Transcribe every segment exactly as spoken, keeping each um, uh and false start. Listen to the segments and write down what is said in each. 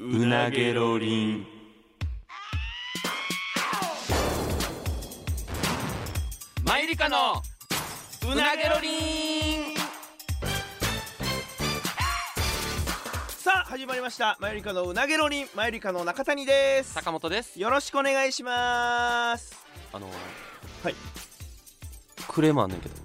うなげろりん。マユリカのうなげろりん。 さあ始まりました、マユリカのうなげろりん。マユリカの中谷です。 坂本です。 よろしくお願いします。 あのー、 はいクレームあんねんけど、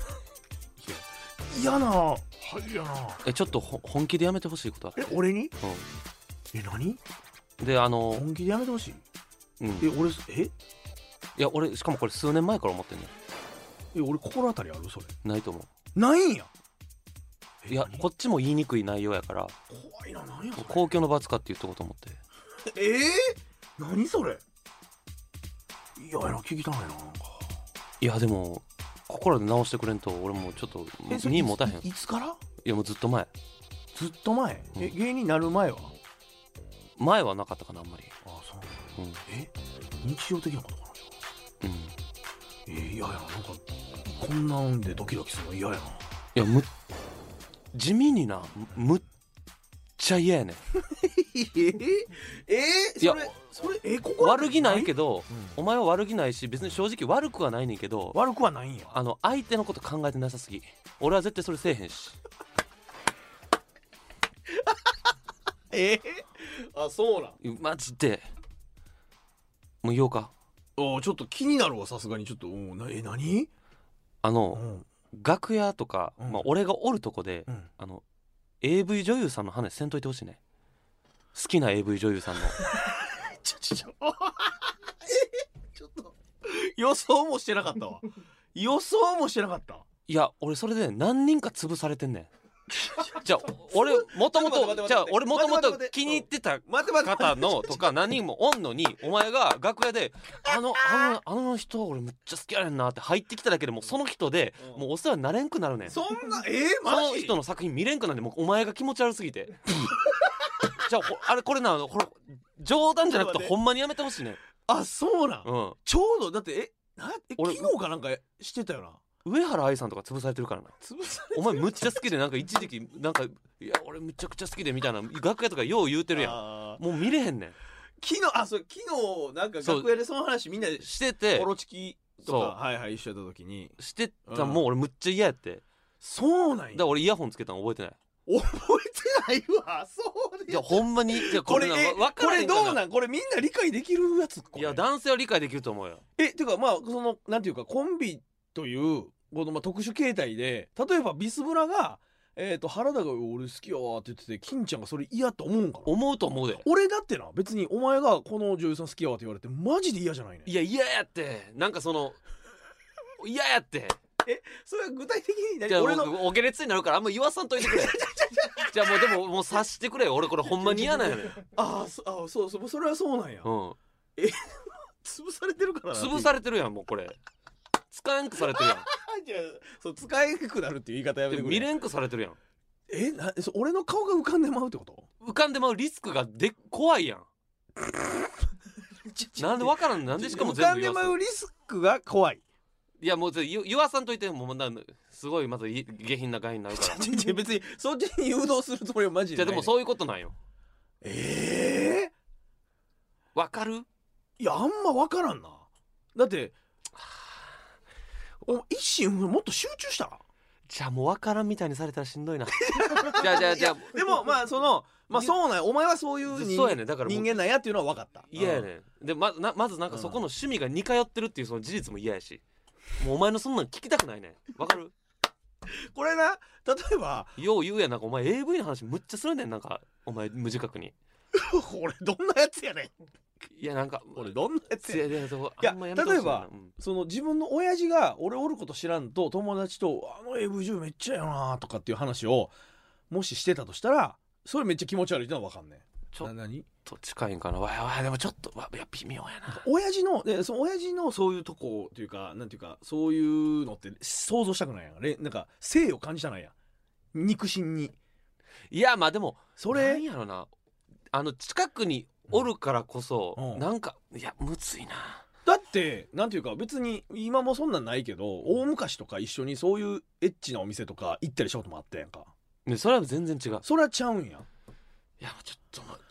嫌なはい嫌なえちょっとほ本気でやめてほしいことある。 え俺にうえ何ん、であのー、 本気でやめてほしい。 うん、 え俺えいや俺しかもこれ数年前から思ってんねん。 え俺心当たりあるそれ。 ないと思ないんや。 う。いやこっちも言いにくい内容やから怖いな。何やそれ。 公共の場使って言っとこうと思って。 えー、何それ。いやな聞きたないな。なんかいやでも心で直してくれんと俺もちょっと身持たへん。 いつから。 いやもうずっと前。 ずっと前、 うん、 え芸人になる前は前はなかったかなあんまり。 ああそう、 うん、 え日常的なことかな。 うん、 えー、嫌やな。なんかこんなんでドキドキするの嫌やな。 いやむ地味にな む, むっちゃ嫌やねん。 えー、えー、それそれえここ悪気ないけど、 うん、 お前は悪気ないし別に正直悪くはないねんけど、 悪くはないんや。 あの相手のこと考えてなさすぎ。俺は絶対それせえへんし。 えー、あそうなんマジでもう言おうか。 おちょっと気になるわさすがに。ちょっとなえ何あの、 うん、 楽屋とか、 うんまあ、俺がおるとこで、 うん、 あの エーブイ 女優さんの話せんといてほしいね。好きな エーブイ 女優さんのちょちょちょちょっと予想もしてなかったわ。予想もしてなかった。 いや俺それで何人か潰されてんねん。じゃあ俺もともとじゃあ俺もともと気に入ってた方のとか何人もおんのに、お前が楽屋であのあのあの人俺めっちゃ好きやねんなって入ってきただけでもうその人でもうお世話になれんくなるねん。 そんなえー、マジその人の作品見れんくなんでもうお前が気持ち悪すぎてじゃああれこれなのこれ冗談じゃなくてほんまにやめてほしいねん。 あそうなん、 うん、 ちょうどだってえなえ昨日かなんかしてたよな。 上原愛さんとか潰されてるからな。 潰されてる。 お前むっちゃ好きでなんか一時期なんかいや俺むちゃくちゃ好きでみたいな楽屋とかよう言うてるやん。もう見れへんねん。 昨日あそう昨日なんか楽屋でその話みんなでしててオロチキとかはいはい一緒やった時にしてた、もう俺むっちゃ嫌やって。 そうなんや。 だから俺イヤホンつけたの覚えてない。 覚えてないわ。そうで。 いやほんまにじゃこれこれえこれどうなんこれみんな理解できるやつ。 いや男性は理解できると思うよ。 えてかまあそのなんていうかコンビというこのまあ特殊形態で例えばビスブラがえーと原田が俺好きやわって言ってて金ちゃんがそれ嫌って思うんかな。 思うと思うで。 俺だってな別にお前がこの女優さん好きやわって言われてマジで嫌じゃないね。 いや嫌やってなんかその嫌やってえそれは具体的に何じゃあ俺のお下劣になるからあんま言わさんといてくれじゃあもうでももう察してくれよ。俺これほんまに嫌なんやねん。 あそあそうそうそれはそうなんや。 うんえ潰されてるからな。 潰されてるやんもうこれ使えんくされてるやんじゃあそう使えなくなるっていう言い方やめてくれ。 見れんくされてるやん。 えなそ俺の顔が浮かんでまうってこと。 浮かんでまうリスクがで怖いやんなんでわからんの。なんでしかも全部言わす。 浮かんでまうリスクが怖い。 いやもう言言わさんといてもうなんすごいまず下品な概念になるから別にそっちに誘導するつもりはマジでない。 じゃあでもそういうことなんよ。 ええー、わかる。 いやあんまわからんな。だってお一心もっと集中したら。 じゃあもうわからんみたいにされたらしんどいなじゃあじゃあじゃあでもまあそのまあそうなんや。お前はそういう人そうやねんだから人間なんやっていうのは分かった。 嫌やねん。で ま, なまずなんかそこの趣味が似通ってるっていうその事実も嫌やし、もうお前のそんなん聞きたくないねん。わかる。 これな例えばよう言うやんなんかお前 エーブイ の話むっちゃするねんなんかお前無自覚に俺どんなやつやねん。 いやなんか俺どんなやつやねん。 いやいやそこいやあんまやめてほしいな。 例えば、 うん、 その自分の親父が俺おること知らんと友達とあの エーブイ 女優めっちゃやなとかっていう話をもししてたとしたらそれめっちゃ気持ち悪いってのは分かんねん。 ちょっな何と近いんかな。わいわいでもちょっとわいや微妙やな。 親父のでその親父のそういうとこっていうかなんていうかそういうのって想像したくないやん。れなんか性を感じたないやん肉親に。 いやまあでもそれなんやろなあの近くにおるからこそ、 うん、 なんかいやむずいな。 だってなんていうか別に今もそんなんないけど大昔とか一緒にそういうエッチなお店とか行ったりしたこともあったやんか。 ねそれは全然違う。 それはちゃうんや。 いやちょっと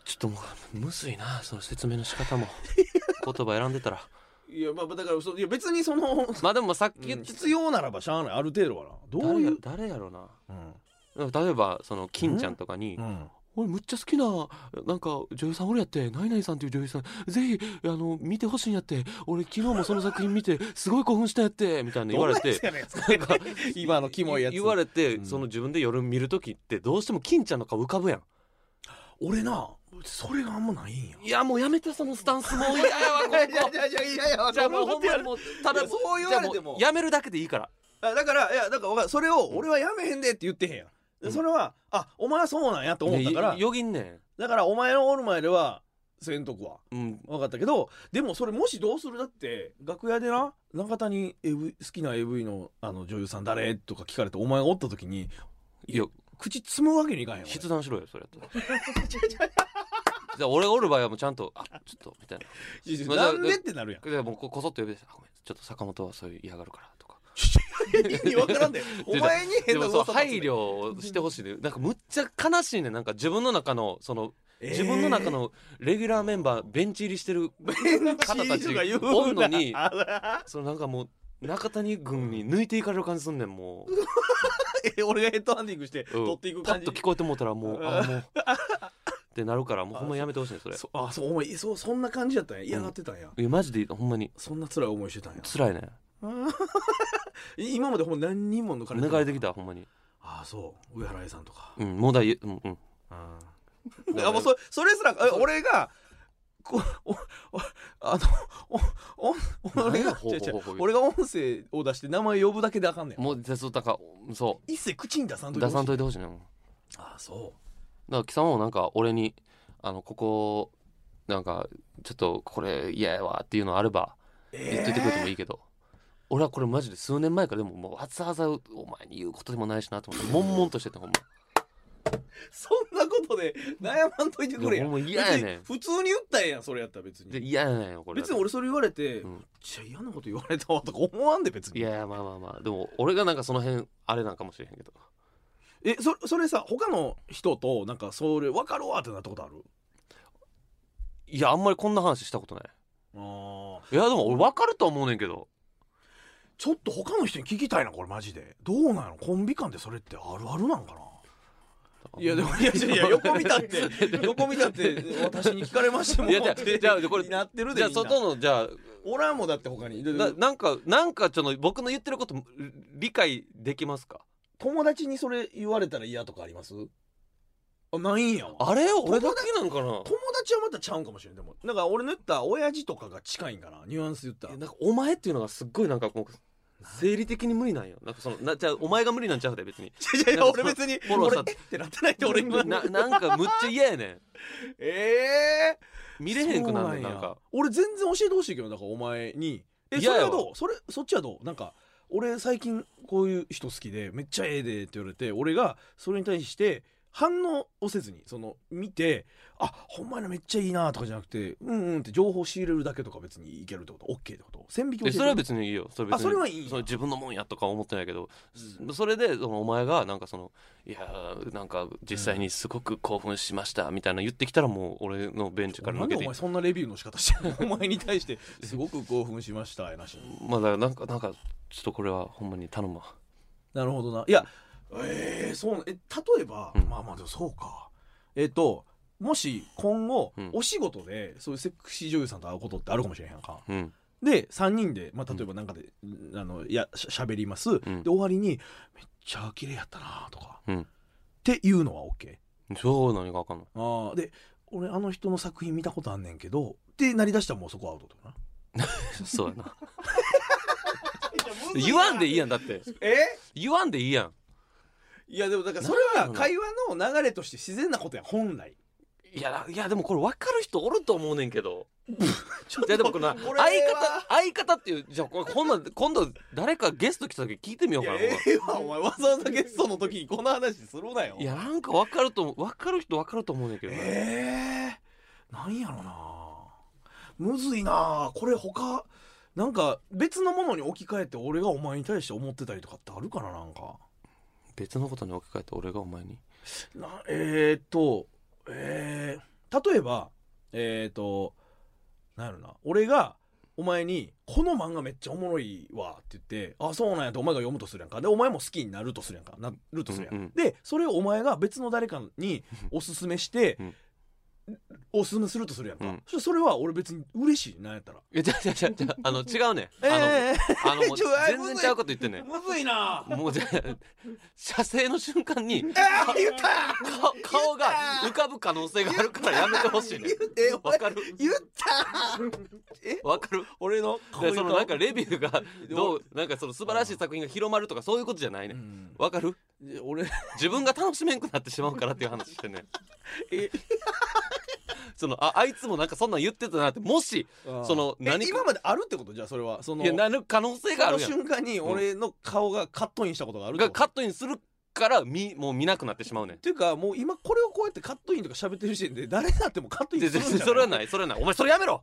ちょっともうむずいなその説明の仕方も言葉選んでたらいやまあだからそいや別にそのまあでもさっき言ってた必要ならばしゃあないある程度はなどういう誰や誰やろな、 うん、 例えばその金ちゃんとかに、 うん俺むっちゃ好きななんか女優さん俺やってナイナイさんっていう女優さんぜひあの見てほしいんやって俺昨日もその作品見てすごい興奮したんやってみたいな言われてなんか今のキモいやつ言われて、 うん、 その自分で夜見るときってどうしても金ちゃんの顔浮かぶやん俺なそれがあんまないんやいやもうやめてそのスタンスもう嫌やわここいやいやいやいやいやいやじゃあもうほんまにもうただそう言われてもやめるだけでいいからあだからいやだからそれを俺はやめへんでって言ってへんやん、うん、それはあお前はそうなんやと思ったからよぎんねんだからお前のおる前ではせんとくわ、 うん、 分かったけどでもそれもしどうするだって楽屋でな中田に エーブイ 好きな エーブイ の, あの女優さん誰とか聞かれてお前がおった時にいや口つむわけにいかへんよ筆談しろよそれやったらじゃあ俺がおる場合はもうちゃんとあちょっとみたいななんでってなるやんじゃあもうこそっと呼び出してごめんちょっと坂本はそういう嫌がるからとか意味わからんでお前に変な噂立つ配慮をしてほしいねなんかむっちゃ悲しいねなんか自分の中のその自分の中のレギュラーメンバーベンチ入りしてる方たちおんのにそのなんかもう中谷軍に抜いていかれる感じすんねんもうえ俺がヘッドハンディングして取っていく感じ、 パッと聞こえてもうたらもうあもうってなるからもうほんまやめてほしいねそれそあそうお前そそんな感じやったんや嫌がってたんや、 うん、いやマジでほんまにそんな辛い思いしてたんや辛いね今までほんま何人も抜かれて抜かれてきたほんまにああそう上原愛さんとかうんもうだいうんうんああもう そ, それすら俺がこおおあのおお俺が俺が音声を出して名前呼ぶだけであかんねんもうそうだからそう一切口に出さんといて出さんといてほしいねああそうだから貴様もなんか俺にあのここなんかちょっとこれ嫌やわっていうのあれば言っといてくれてもいいけど、えー、俺はこれマジで数年前からでももうわざわざお前に言うことでもないしなと思って悶々としててほんまそんなことで悩まんといてくれや。 もう嫌やねん。 普通に言ったんやんそれやったら別に。 嫌やねんこれ。 別に俺それ言われて、うん、めっちゃ嫌なこと言われたわとか思わんで別に。 いやまあまあまあでも俺がなんかその辺あれなんかもしれへんけど。 え そ, それさ他の人となんかそれ分かるわってなったことある？ いやあんまりこんな話したことない。 あいやでも俺分かると思うねんけど。 ちょっと他の人に聞きたいなこれマジで。どうなのコンビ間でそれってあるあるなんかな。いやでもいやいやいや横見たって横見たって私に聞かれましてもいやじゃあじゃあこれなってるでじゃあ外のじゃあおらんもんだって他にななんかなんかちょっと僕の言ってること理解できますか？ 友達にそれ言われたら嫌とかあります？あないんや。 あれ俺だけなんかな。 友達はまたちゃうんかもしれん。でもなんか俺の言った親父とかが近いんかなニュアンス言ったら。 なんかお前っていうのがすっごいなんかこう生理的に無理なんよ。なんかそのなじゃあお前が無理なんちゃうで別に。 いやいや俺別にフォローした俺えってなってないって俺今ななんかむっちゃ嫌やねん。 ええー、 見れへんくなんねんなんか。 俺全然教えてほしいけどだからお前にえそれはどうそれそっちはどうなんか俺最近こういう人好きでめっちゃええでって言われて俺がそれに対して反応をせずにその見てあほんまにめっちゃいいなとかじゃなくてうんうんって情報仕入れるだけとか別にいけるってこと OK ってこと線引きをそれは別にいいよ。それ別にあそれはいいんや。 それ自分のもんやとか思ってないけど、 うん、 それでそのお前がなんかそのいやなんか実際にすごく興奮しましたみたいな言ってきたらもう俺のベンチから抜けていい。 なんでお前そんなレビューの仕方してるお前に対してすごく興奮しましたやなしまあだからなんかなんかちょっとこれはほんまに頼むわ。 なるほどないやえー、そうえ例えば、うん、まあまあでもそうかえっ、ー、ともし今後、うん、お仕事でそういうセクシー女優さんと会うことってあるかもしれへんか、うん、でさんにんで、まあ、例えばなんかで、うん、あのやしゃしゃべります、うん、で終わりにめっちゃ綺麗やったなとか、うん、っていうのは OK？ そう何が分かんの。 あで俺あの人の作品見たことあんねんけどってなりだしたらもうそこはアウトとかなそうやな言わんでいいやんだってえ言わんでいいやん。 いやでもだからそれは会話の流れとして自然なことや本来。 いやいやでもこれ分かる人おると思うねんけどじゃあでもこの相方相方っていうじゃあこれ今度今度誰かゲスト来た時聞いてみようかな。 ええわお前わざわざゲストの時にこの話するなよ。 いやなんか分かると分かる人分かると思うねんけど、ね、 ええー、なんやろなむずいなこれ他なんか別のものに置き換えて俺がお前に対して思ってたりとかってあるかな。なんか別のことに置き換えて俺がお前になえー、っとえー、 例えばえっ、ー、となんやろな、俺がお前にこの漫画めっちゃおもろいわって言ってあそうなんやってお前が読むとするやんか。でお前も好きになるとするやんかなるとするやん、うんうん、でそれをお前が別の誰かにおすすめして、うんおすすめするとするやんか、うん、そそれは俺別に嬉しいなんやったらいやじゃじゃじゃじゃあの違うねん、えー、あのあのもう全然ちゃうこと言ってんねん。 むずいなもうじゃ射精の瞬間に、 えー、言った顔が浮かぶ可能性があるからやめてほしいねん。わかる言ったえわかる俺のそのなんかレビューがどうなんかその素晴らしい作品が広まるとかそういうことじゃないねん。わかる俺自分が楽しめんくなってしまうからっていう話してんねん。えその あ, あいつもなんかそんなん言ってたなって、もしその何今まであるってことじゃあそれはそのいやなる可能性があるやん。 その瞬間に俺の顔がカットインしたことがあると、うん、カットインするから見もう見なくなってしまうねん。 っていうかもう今これをこうやってカットインとか喋ってる時点で誰だってもカットインするんじゃないそれはないそれはない。お前それやめろ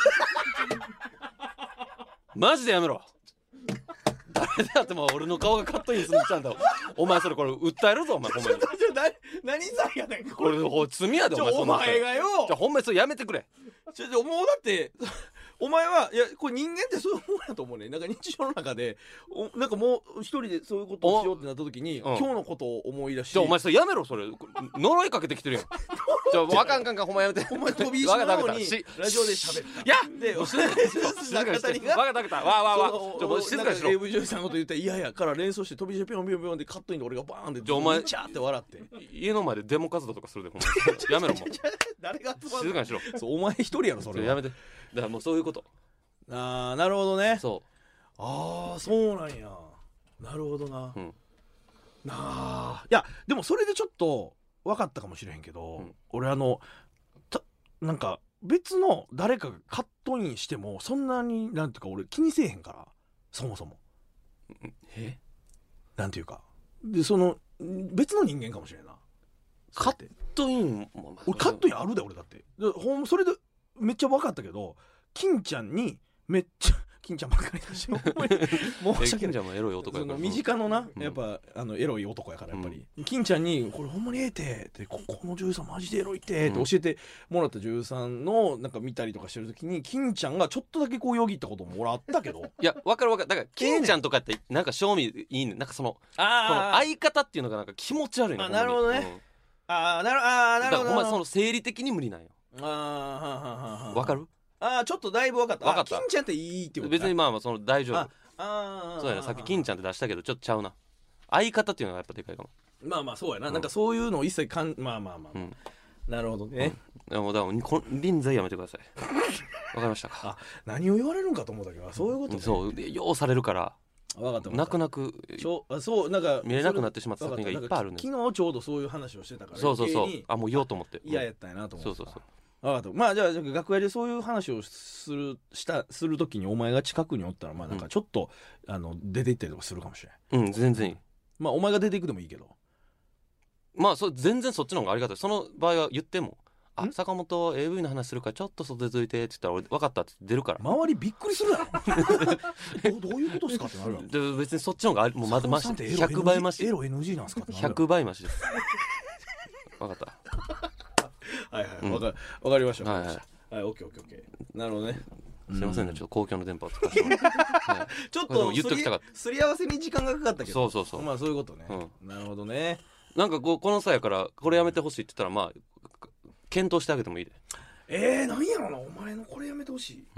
マジでやめろ。誰だってもう俺の顔がカットインするんちゃうんだ。お前それこれ訴えるぞお前ほんまに。 何罪やねんこれ罪やでお前。 お前がよじゃあほんまにそれやめてくれ。 ちょちょもうだってお前はいやこれ人間ってそういうもんやと思うね。なんか日常の中でおなんかもう一人でそういうことをしようってなった時に、うん、今日のことを思い出しじゃあお前それやめろそれ呪いかけてきてるやんじゃあわかんかんかんほんまやめて。 お前飛び石のようにラジオで喋ったいやで静かにしてわかったわかったわわわちょもう静かにしろ。 エーブイ 女優さんのこと言っていやいやから連想して飛び石ピョンピョンピョンでカットインで俺がバーンってじゃあお前チャーって笑って家の前でデモ活動とかするでほんまやめろもう誰が集まる静かにしろ。 そうお前一人やろそれはやめて。だからもうそういうこと。 あーなるほどね。 そうああそうなんや。なるほどな、 うん、 なあいやでもそれでちょっと分かったかもしれへんけど、うん、俺あのたなんか別の誰かがカットインしてもそんなになんていうか俺気にせえへんからそもそもえなんていうかでその別の人間かもしれんな。 カットイン俺カットインあるで俺だってでほんそれでめっちゃ分かったけど金ちゃんにめっちゃ金ちゃんばっかりだし申し訳ない。 金ちゃんもエロい男やから。 身近のなやっぱあのエロい男やからやっぱり、うん、金ちゃんにこれほんまにええてってここの女優さんマジでエロいってって教えてもらった女優さんのなんか見たりとかしてる時に金ちゃんがちょっとだけこうよぎったこともらったけどいや分かる分かる。だから金ちゃんとかってなんか正味いいね。なんかそのあこの相方っていうのがなんか気持ち悪いの。 あなるほどね、うん、あなるあなるほど。 だからお前その生理的に無理なんよ。 あははは分かる。 あちょっとだいぶ分かった。 分かった。 金ちゃんっていいってこと。 別にまあまあその大丈夫。 ああそうやね。さっき金ちゃんって出したけどちょっとちゃうな。相方っていうのがやっぱでかいかも。 まあまあそうやな、うん、なんかそういうのを一切かんまあまあまあ、まあうん、なるほどね、 うん、でもだから臨在やめてくださいわかりましたか。 あ何を言われるんかと思ったけどそういうことね、 うん、そうようされるから分かった泣く泣くあそうなんか見れなくなってしまった作品がいっぱいあるね。 昨日ちょうどそういう話をしてたからそうそうそうあもう言おうと思って嫌やったんやなと思って、うん、 そうそうそう分かった。まあじゃあ楽屋でそういう話をするしたするときにお前が近くにおったらまあなんかちょっと、うん、あの出て行ったりとかするかもしれない。 うん全然いい。 まあお前が出ていくでもいいけどまあそ全然そっちの方がありがたい。その場合は言ってもあ坂本 エーブイ の話するからちょっと外出といてって言ったら俺分かったって出るから周りびっくりするやろど, どういうことですかってなるやろ。 で別にそっちの方がもうまだマシひゃくばいマシエロ エヌジー なんすかってなるひゃくばいマシです分かったはいはい、うん、分か, 分かりました。 はいはい、 はい、オッケーオッケーオッケー。なるほどね。 すいませんね、ちょっと公共の電波を使ってもらって、はい、 ちょっと言っときたかった。 すり合わせに時間がかかったけど。 そうそうそう。 まあそういうことね。うん、なるほどね。 なんかこうこの際やからこれやめてほしいって言ったらまあ検討してあげてもいいで。 えー、なんやろなお前のこれやめてほしい。 うん。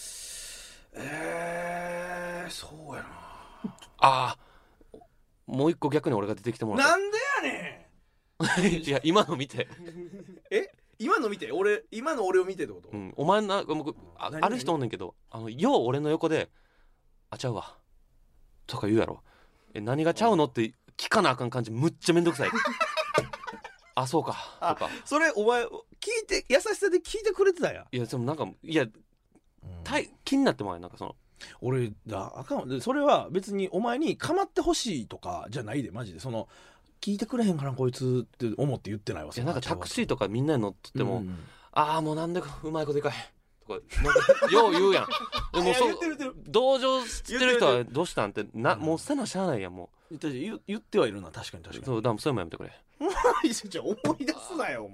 えー、そうやな。 ああ、もう一個逆に俺が出てきてもらった。 なんでやねん。 いや今の見てえ今の見て俺今の俺を見てってこと、 うん、お前な僕 あ, ある人おんねんけどあのよう俺の横であちゃうわとか言うやろ。え何がちゃうのって聞かなあかん感じむっちゃめんどくさいあそうかとかそれお前聞いて優しさで聞いてくれてたやいやでもなんかいや、うん、気になってもらえなんかその俺だあかんそれは別にお前に構ってほしいとかじゃないでマジでその聞いてくれへんかなこいつって思って言ってないわ。 いやなんかタクシーとかみんなに乗っとっても、うん、ああもうなんでうまいこといかへんとかなんかよう言うやんでもそ同情してる人はどうしたんってな、うん、もうせなしゃあないやんもう言ってはいるな確かに確かにそうだもそういうのやめてくれじゃ思い出すなよお前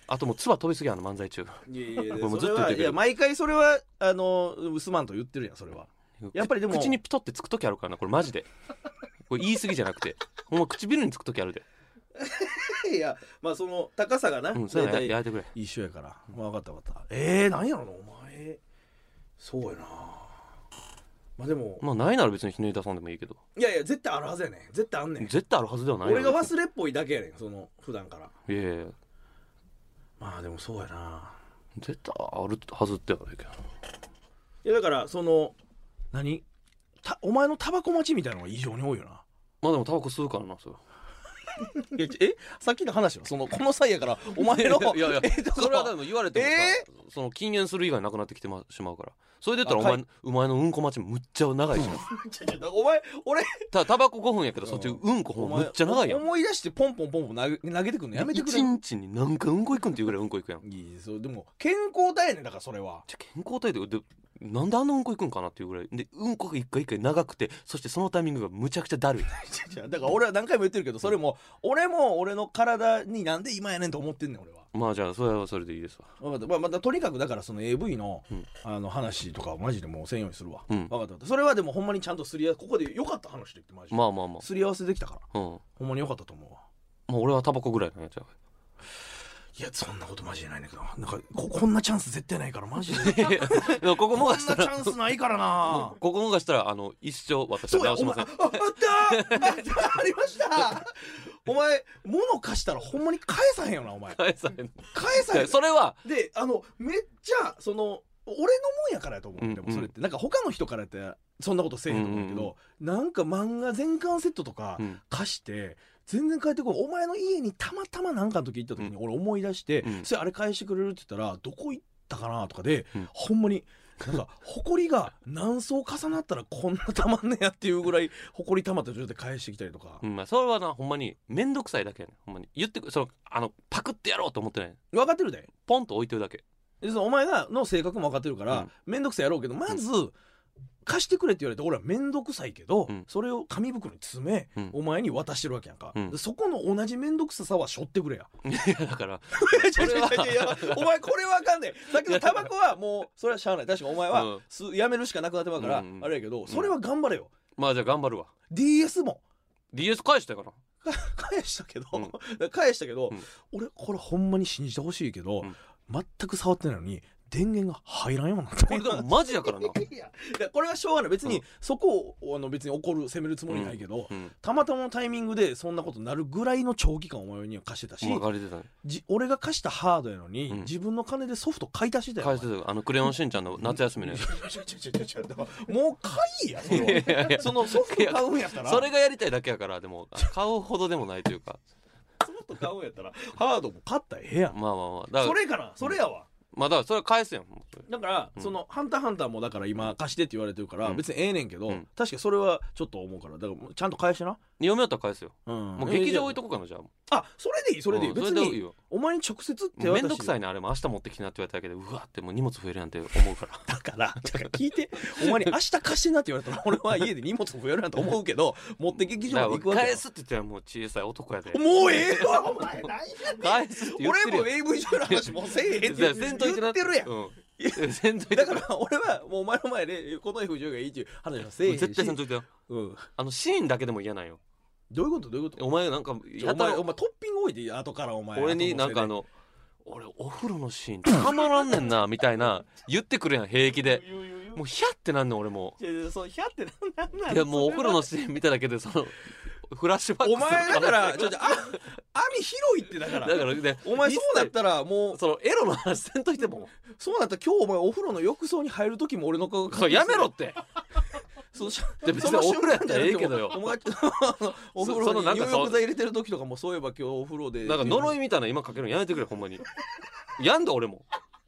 あともう唾飛びすぎやんの漫才中。 いやいやいやこれもうずっと言ってるけどいや毎回それはあのすまんと言ってるやんそれは。やっぱりでも口にピトってつく時あるからなこれマジで。これ言い過ぎじゃなくてほんま唇につく時あるで。 いやまあその高さがな、 うん、それややめてくれ。 一緒やから、まあ、分かった分かった。えー、なんやろなお前。そうやな。まあでもまあないなら別にひねり出さんでもいいけど。 いやいや絶対あるはずやねん。絶対あんねん。 絶対あるはずではないよ。 俺が忘れっぽいだけやねんその普段から。 いやいやまあでもそうやな。 絶対あるはずってはないけど。 いやだからその何たお前のタバコ待ちみたいなのが異常に多いよな。 まあでもタバコ吸うからなそれ。 えさっきの話はそのこの際やからお前のいやいやえー、 それはでも言われてもさ、 えー、その禁煙する以外なくなってきてしまうから。それで言ったらお前お前のうんこ待ちむっちゃ長いしな。 お前俺たタバコごふんやけどそっちうんこほんまむっちゃ長いやん。 思い出してポンポンポンポン投げ投げてくんのやめてくれ。 一日に何回うんこ行くんっていうぐらいうんこ行くやん。 いいそうでも健康体やねんだからそれは。 じゃ健康体ででなんであんなうんこ行くんかなっていうぐらいでうんこが一回一回長くてそしてそのタイミングがむちゃくちゃだるい。 だから俺は何回も言ってるけどそれも俺も俺の体になんで今やねんと思ってんねん俺は。 まあじゃあそれはそれでいいですわ。 分かった、まあ、またとにかくだからその エーブイ の、 うん、 あの話とかマジでもうせんようにするわ、 うん、 分かった。それはでもほんまにちゃんとすり合わここでよかった話でってマジでまあまあまあすり合わせできたから、 うん、 ほんまによかったと思うわ。 まあ俺はタバコぐらいのやつや。 いやそんなことマジでないんだけどなんか こ, こんなチャンス絶対ないからマジででもここもがしたらこんなチャンスないからなここもがしたらあの一生私は直しません。 あ, あったあったありましたお前物貸したらほんまに返さへんよなお前返さへん返さへんそれはであのめっちゃその俺のもんやからやと思う、うんうん、でもそれってなんか他の人からやったらそんなことせえへんと思うけど、うんうん、なんか漫画全巻セットとか貸して、うん全然帰ってこいお前の家にたまたまなんかの時行った時に俺思い出して、うん、それあれ返してくれるって言ったらどこ行ったかなとかで、うん、ほんまになんか埃が何層重なったらこんなたまんねやっていうぐらい埃たまった状態で返してきたりとか、 うんまあ、それはなほんまに面倒くさいだけやねんほんまに言ってそのあのパクってやろうと思ってない分かってるでポンと置いてるだけでそのお前がの性格も分かってるから面倒、うん、くさいやろうけどまず、うん貸してくれって言われて俺は面倒くさいけど、うん、それを紙袋に詰め、うん、お前に渡してるわけやんか、うん、そこの同じ面倒くささは背負ってくれやいやだからそれはお前これはあかんねんさっきのタバコはもうそれはしゃあない確かお前は、うん、やめるしかなくなってまうから、うん、あれやけどそれは頑張れよ、 うん、まあじゃあ頑張るわディーエス もディーエス 返したから返したけど、うん、返したけど、うん、俺これほんまに信じてほしいけど、うん、全く触ってないのに電源が入らんようになったこれでもマジやからないやこれはしょうがない別に、うん、そこをあの別に怒る責めるつもりないけど、うんうん、たまたまのタイミングでそんなことになるぐらいの長期間お前には貸してたし、 うん借りてたね、 じ俺が貸したハードやのに、うん、自分の金でソフト買い足してたよ買い足してたあのクレヨンしんちゃんの夏休みのやつもう買いやそれはいやいやそのソフト買うんやったらそれがやりたいだけやからでも買うほどでもないというかソフト買うんやったらハードも買ったらええやんまあまあまあだからそれかなそれやわ、 まあだからそれは返すやんだから、うん、そのハンターハンターもだから今貸してって言われてるから、うん、別にええねんけど、うん、確かにそれはちょっと思うからだからちゃんと返してな読みよったら返すよ、うん、もう劇場置いとこうかなじゃああそれでいいそれでいい、うん、別にいいお前に直接ってめんどくさいねあれも明日持ってきてなって言われただけでうわってもう荷物増えるやんって思うからだからだから聞いてお前に明日貸してなって言われたら俺は家で荷物増えるやんと思うけど持って劇場まで行くわけ返すって言ったらもう小さい男やでもうええわお前何やねん返すって言ってるやん俺も エーブイ 上の話もうせえへんって言ってるやん、うんだから俺はもうお前の前でこの エフじゅう がいいっていう話はせえへんし絶対せんといてよ、うん、あのシーンだけでも嫌なんよどういうことどういうことお前なんかやたらお前トッピング置いていい後からお前俺になんかあの俺お風呂のシーンたまらんねんなみたいな言ってくるやん平気でもうヒャってなんねん俺もいやいやそうヒャってなんなんいやもうお風呂のシーン見ただけでそのフラッシュバックお前だからちょっとあ網広いってだからだからねお前そうだったらもうそのエロの話せんといてもそうだったら今日お前お風呂の浴槽に入る時も俺の顔がやめろってそうで別にお風呂やったらええけどよお前お風呂に入浴剤入れてる時とかもそういえば今日お風呂でなんか呪いみたいな今かけるのやめてくれほんまにやんだ俺も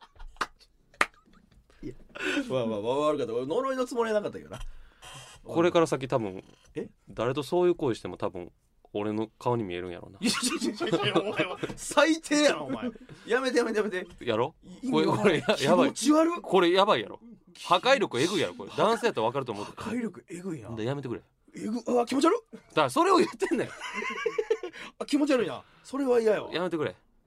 いやまあまあ悪かった呪いのつもりはなかったけどなこれから先多分え誰とそういう行為しても多分俺の顔に見えるんやろうな。いやいやいやお前は最低やなお前。やめてやめてやめて。 やろ？これこれ や, やばい。 気持ち悪い。 これやばいやろ。破壊力えぐいやろこれ。男性やったら分かると思う。 破壊力えぐいな。 やめてくれ。 えぐあ気持ち悪い。 だからそれを言ってんねん。 あ気持ち悪いな。それは嫌やわ。 やめてくれ。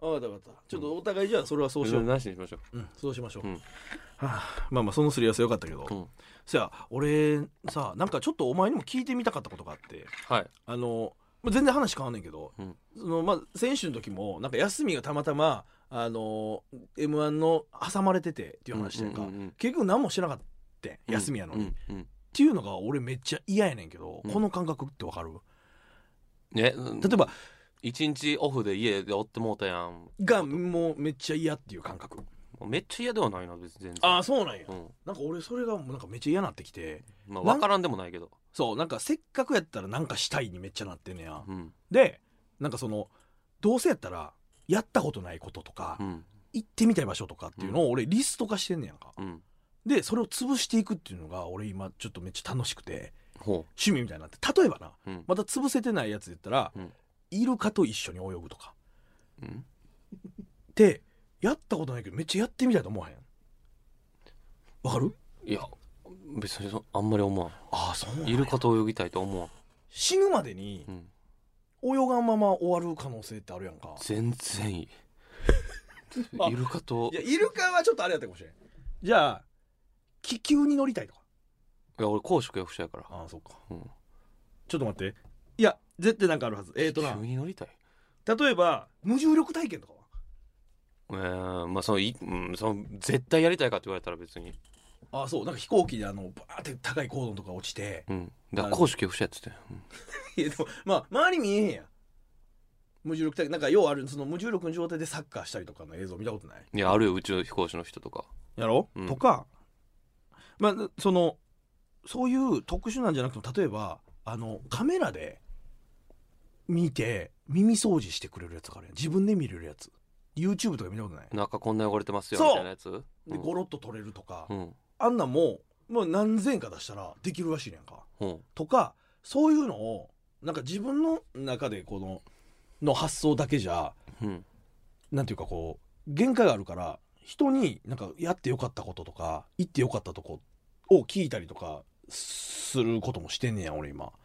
分かった分かったちょっとお互いじゃあそれはそうしよう、 うん、なしにしましょう、うん、そうしましょう、 うん、 はあ、まあまあそのすり合わせよかったけど、うん、そや俺さなんかちょっとお前にも聞いてみたかったことがあって、 はい、 あの全然話変わんねんけど、うん、そのまあ選手の時もなんか休みがたまたまあの エムワン の挟まれててっていう話してんか、うんうんうん、結局何もしてなかった休みやのに、うんうんうん、っていうのが俺めっちゃ嫌やねんけど、うん、この感覚ってわかる？ ね、 例えば一日オフで家でおってもうたやんがもうめっちゃ嫌っていう感覚。 めっちゃ嫌ではないな別に全然。 ああそうなんや、うん、なんか俺それがなんかめっちゃ嫌なってきて、 まあ分からんでもないけど、 そうなんかせっかくやったらなんかしたいにめっちゃなってんねや、うん、でなんかそのどうせやったらやったことないこととか、うん、行ってみたい場所とかっていうのを俺リスト化してんねやんか、うん、でそれを潰していくっていうのが俺今ちょっとめっちゃ楽しくて趣味みたいになって、例えばな、うん、また潰せてないやつで言ったら、うん、イルカと一緒に泳ぐとか、うん、でやったことないけどめっちゃやってみたいと思わへん？わかる？ いや別にあんまり思わん。 ああそうなんや。 イルカと泳ぎたいと思わん。 死ぬまでに、うん、泳がんまま終わる可能性ってあるやんか。 全然いいイルカといやイルカはちょっとあれやったかもしれん。じゃあ気球に乗りたいとか。 いや俺高所恐怖症やから。 ああそうか、うん、ちょっと待って、いや絶対なんかあるはず。えーとな気球に乗りたい、 例えば無重力体験とかはえー、まあそのい、うん、その絶対やりたいかって言われたら別に。 ああそうなんか飛行機であのバーって高い高度とか落ちて、 うん、だから高所恐怖症やってて、うん、 いやでもまあ周り見えへんやん。無重力体験なんか要はあるその無重力の状態でサッカーしたりとかの映像見たことない？ いやあるよ宇宙飛行士の人とかやろ、うん、とかまあそのそういう特殊なんじゃなくても例えばあのカメラで見て耳掃除してくれるやつがあるやん。自分で見れるやつ YouTube とか見たことない？ 中こんな汚れてますよみたいなやつでゴロッと撮れるとか、うん、あんなんももう何千か出したらできるらしいねんか、うん、とかそういうのをなんか自分の中でこのの発想だけじゃ、うん、なんていうかこう限界があるから人になんかやってよかったこととか行ってよかったとこを聞いたりとかすることもしてんねや俺今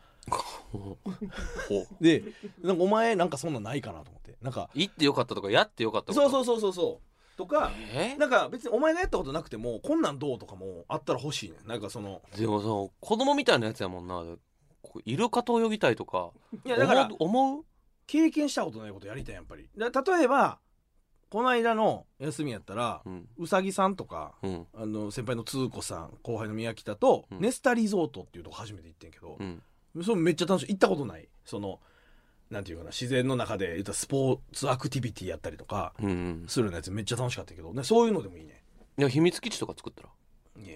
でなんかお前なんかそんなんないかなと思って、なんか行ってよかったとかやってよかったことそうそうそうそうそうとか、えー、なんか別にお前がやったことなくてもこんなんどうとかもあったら欲しいね。なんかそのでもその子供みたいなやつやもんな。イルカと泳ぎたいとかいやだから思う経験したことないことやりたいやっぱり。例えばこの間の休みやったら、うん、うさぎさんとか、うん、あの先輩のつーこさん後輩の宮北と、うん、ネスタリゾートっていうとこ初めて行ってんけど、うん、それめっちゃ楽しい。行ったことないそのなんていうかな自然の中で言ったスポーツアクティビティやったりとかするのやつめっちゃ楽しかったけど、ね、そういうのでもいいね。 いや秘密基地とか作ったらいや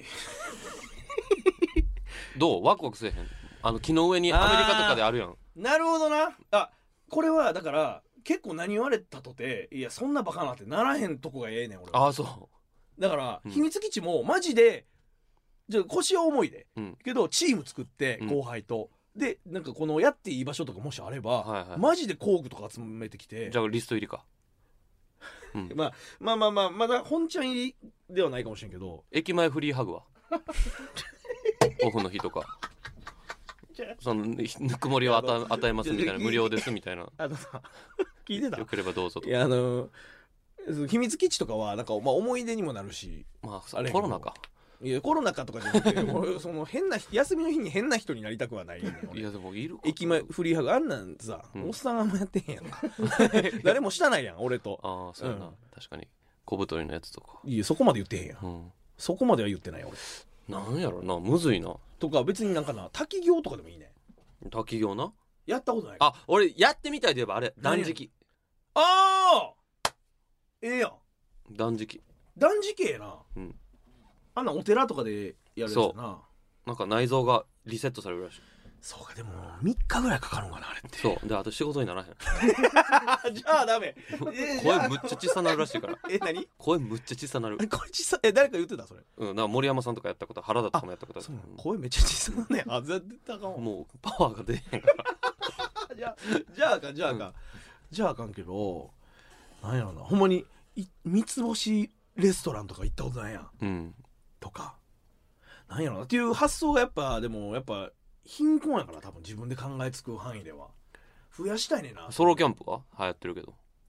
どうワクワクせえへん？あの木の上にアメリカとかであるやん。 なるほどな。あこれはだから結構何言われたとていやそんなバカなってならへんとこがええねん俺は。 あそうだから、うん、秘密基地もマジでじゃ腰は重いで、うん、けどチーム作って後輩と、うん、でなんかこのやっていい場所とかもしあれば、はいはい、マジで工具とか集めてきて。 じゃあリスト入りか、 うん、まあまあまあまあまだ本ちゃん入りではないかもしれんけど駅前フリーハグはオフの日とかそのぬくもりを与え、与えますみたいな無料ですみたいな。 あのさ聞いてた？ よければどうぞとか。 いやあの秘密基地とかはなんか、まあ、思い出にもなるし、 まあ、あれコロナか。 いやコロナかとかじゃなくてその変な休みの日に変な人になりたくはない。 いやでもいる駅前フリーハグあんなんさ、うん、おっさんあんまやってへんやんか誰もしたないやん俺と。 ああそうやな、うん、確かに小太りのやつとか。 いやそこまで言ってへんやん、うん、そこまでは言ってない俺。 なんやろなむずいな。 とか別になんかな滝行とかでもいいね。 滝行なやったことない。 あ俺やってみたいといえばあれ断食。 ああええやん断食。 断食ええな、うん、あんなお寺とかでやるやつやな。 なんか内臓がリセットされるらしい。 そうかでもみっかぐらいかかるんかなあれって。 そうであと仕事にならへんじゃあダメ、 えー、声むっちゃ小さなるらしいから。 え何声むっちゃ小さなる。 声小さえ誰か言ってたそれ。 うんなんか森山さんとかやったこと原田とかもやったことある。 そう声めっちゃ小さなね。あ絶対かも。 もうパワーが出へんからじゃあじゃああかんじゃああかん、うん、じゃああかんけどなんやろなほんまに三つ星レストランとか行ったことないやん、うん、とかなんやろなっていう発想がやっぱでもやっぱ貧困やから多分自分で考えつく範囲では増やしたいねんな。 ソロキャンプは流行ってるけど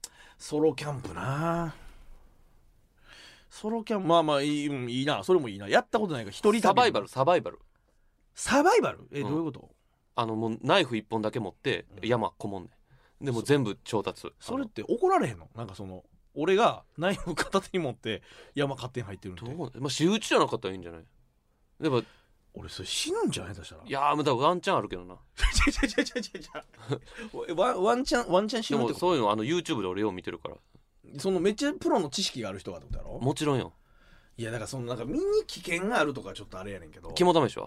ソロキャンプな。ソロキャンプまあまあいい、うん、いいな。それもいいな。やったことないから一人旅。 サバイバルサバイバルサバイバルえ、 うん、 どういうこと？ あのもうナイフ一本だけ持って山こもんねん。でも全部調達。 それって怒られへんの？なんかその俺がナイフ片手に持って山勝手に入ってるんで。 どう、まあ、仕打ちじゃなかったらいいんじゃない？でも俺それ死ぬんじゃないとしたら。 いやーまだワンチャンあるけどな。 ちゃちゃちゃちゃちゃワンワンチャンワンチャン死ぬってこと？ でもそういうのあの YouTube で俺よう見てるから。 そのめっちゃプロの知識がある人がってことやろ？ もちろんよ。 いやだからそのなんか身に危険があるとかちょっとあれやねんけど。 肝試しは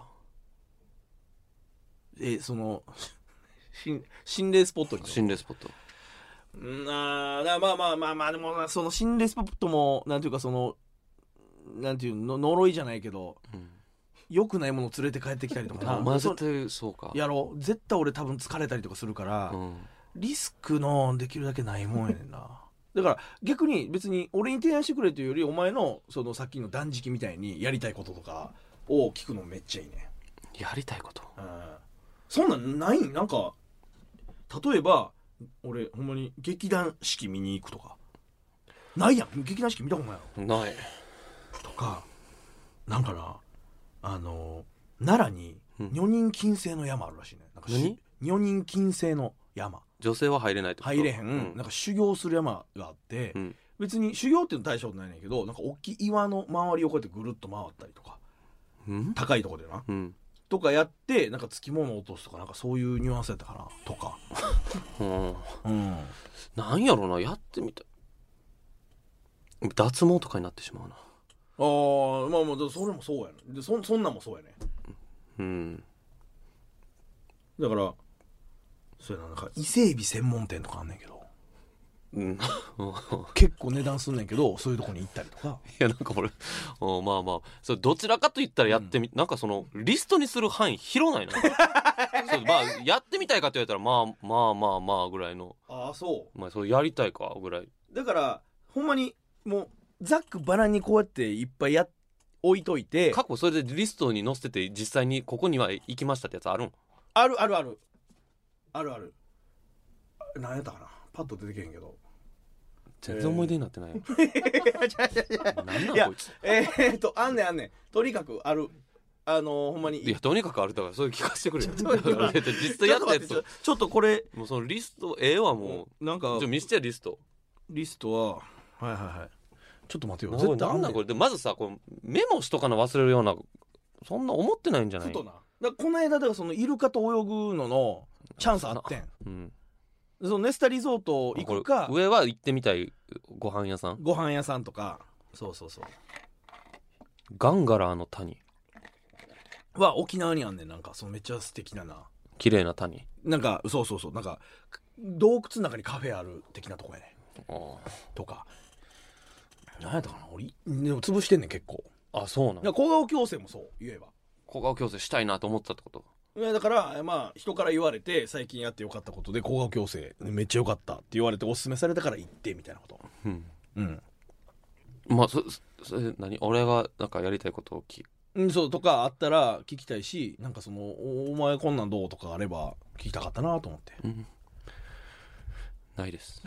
えその心心霊スポットに。 心霊スポット。 うんあーまあまあまあまあでもその心霊スポットもなんていうかそのなんていうの呪いじゃないけど、うん、良くないものを連れて帰ってきたりとかな。 お前絶対そうか。 やろう絶対俺多分疲れたりとかするから、うん、リスクのできるだけないもんやねんな。だから逆に別に俺に提案してくれというよりお前のそのさっきの断食みたいにやりたいこととかを聞くのめっちゃいいね。 やりたいこと、 うん、そんなんないん？なんか例えば俺ほんまに劇団四季見に行くとかないやん。劇団四季見たことないの？ないとかなんかなあの奈良に女人禁制の山あるらしいね。なんか何？ 女人禁制の山。 女性は入れないってこと？ 入れへん、 うん、 なんか修行する山があって、うん、別に修行っていうの大したことないねんけどなんか大きい岩の周りをこうやってぐるっと回ったりとか、うん、高いところでな、うん、とかやってなんかつきものを落とすとかなんかそういうニュアンスやったかなとか、 うんうん、なんやろなやってみたい。脱毛とかになってしまうな。 あまあまあそれもそうやねで そ, そんなんもそうやね。うんだからそうやななんか伊勢海老専門店とかあんねんけど、うん、結構値段すんねんけどそういうとこに行ったりとか。 いやなんか俺まあまあそれどちらかと言ったらやってみ、うん、なんかそのリストにする範囲広ないな。そうまあやってみたいかって言われたらまあまあまあまあぐらいの。 ああそうまあそれやりたいかぐらいだからほんまにもうざっくばらんにこうやっていっぱいや置いといて過去それでリストに載せてて実際にここには行きましたってやつあるん？ あるあるあるあるある。何やったかなパッと出てけへんけど全然思い出になってないよ。 何なんこいつ。えーっとあんねんあんねんとにかくあるあのー、ほんまにいやとにかくあるだからそれ聞かせてくれよ。実際やったやつとちょっとこれもうそのリストええわもうなんかじゃ見せてやリストリストははいはいはいちょっと待ってよ。 絶対あんなんこれでまずさこうメモしとかの忘れるようなそんな思ってないんじゃない？ ふとなだこの間だからそのイルカと泳ぐののチャンスあってん、うん、そのネスタリゾート行くか上は行ってみたいご飯屋さんご飯屋さんとかそうそうそうガンガラーの谷は沖縄にあんねん。なんかそのめっちゃ素敵なな綺麗な谷なんかそうそうそうなんか洞窟の中にカフェある的なとこやねとか何やったかな俺でも潰してんねん結構。 あそうなの。 小顔矯正もそう言えば小顔矯正したいなと思ったってこと？ だからまあ人から言われて最近やってよかったことで小顔矯正めっちゃよかったって言われておすすめされたから行ってみたいなこと。うんうんまあそそれ何俺がなんかやりたいことを聞くうんそうとかあったら聞きたいしなんかそのお前こんなんどうとかあれば聞きたかったなと思って、うん、 ないです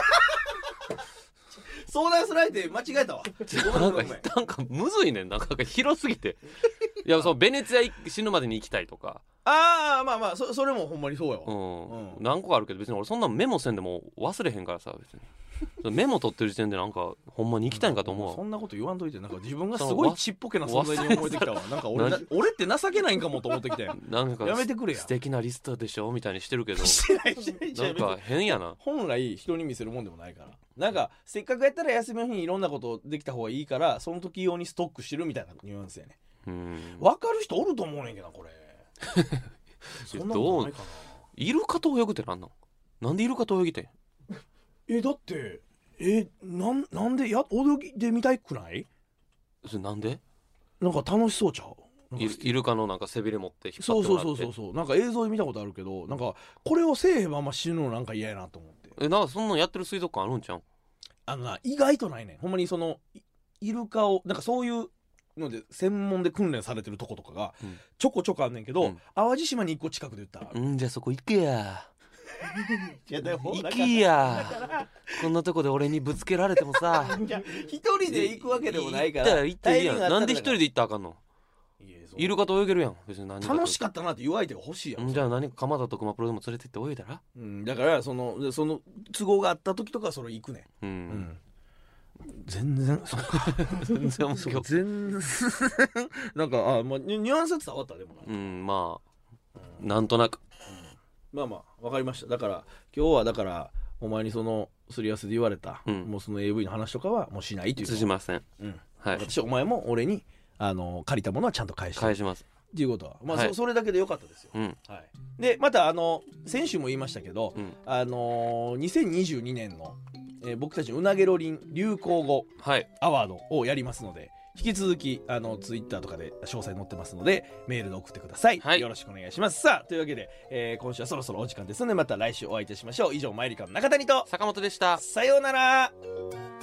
相談すられて間違えたわ。 なんかなんかむずいねんなんか広すぎていやそのベネツィア死ぬまでに行きたいとかああまあまあ そ, それもほんまにそうよ、 うんうん、何個かあるけど別に俺そんなメモせんでも忘れへんからさ別にメモ取ってる時点でなんかほんまに行きたいんかと思うわ、 うん、そんなこと言わんといてなんか自分がすごいちっぽけな存在に思えてきたわなんか 俺, 俺って情けないんかもと思ってきたよなんかやめてくれや素敵なリストでしょみたいにしてるけどしてないしてないなんか変やな本来人に見せるもんでもないからなんかせっかくやったら休みの日にいろんなことできた方がいいからその時用にストックしてるみたいなニュアンスやね。うん分かる人おると思うねんけどなこれそんなことないかな。 イルカと泳ぐってなんなんなんでイルカと泳ぎてんえだってえなん、なんでや泳ぎで見たいくないそれなんでなんか楽しそうちゃうイルカのなんか背びれ持って引っ張ってもらってそうそうそうそうなんか映像で見たことあるけどなんかこれをせえへんまま死ぬのなんか嫌やなと思ってえなんかそんなんやってる水族館あるんちゃうあのな意外とないねんほんまにそのイルカをなんかそういうので専門で訓練されてるとことかがちょこちょこあんねんけど、うん、淡路島に一個近くで言ったらうんじゃあそこ行けや行きやこんなとこで俺にぶつけられてもさ一人で行くわけでもないから行ったら行っていいやん。なんで一人で行ったらあかんの。イルカと泳げるやん。別に何楽しかったなって言う相手が欲しいやん。 じゃあ何か鎌田と熊プロでも連れてって泳いだら、 うん、だからそのその都合があった時とかそれ行くねん、うんうん、全然そうか全然面白い全然なんかあ、まあ、ニュアンスは伝わったでもな、 うんまあ、うん、なんとなく、 うん、まあまあ分かりました。だから今日はだからお前にそのすり合わせで言われた、うん、もうその エーブイ の話とかはもうしないという通じません、 うんはい、私お前も俺にあの借りたものはちゃんと返して返しますっていうことは、まあ、はい、そ, それだけでよかったですよ、 うんはい、でまたあの先週も言いましたけど、うん、あのにせんにじゅうにねんの、えー、僕たちのうなげろりん流行語アワードをやりますので、引き続きあのツイッターとかで詳細載ってますのでメールで送ってください、はい、よろしくお願いします。さあというわけで、えー、今週はそろそろお時間ですのでまた来週お会いいたしましょう。以上マイリカの中谷と坂本でした。 さようなら。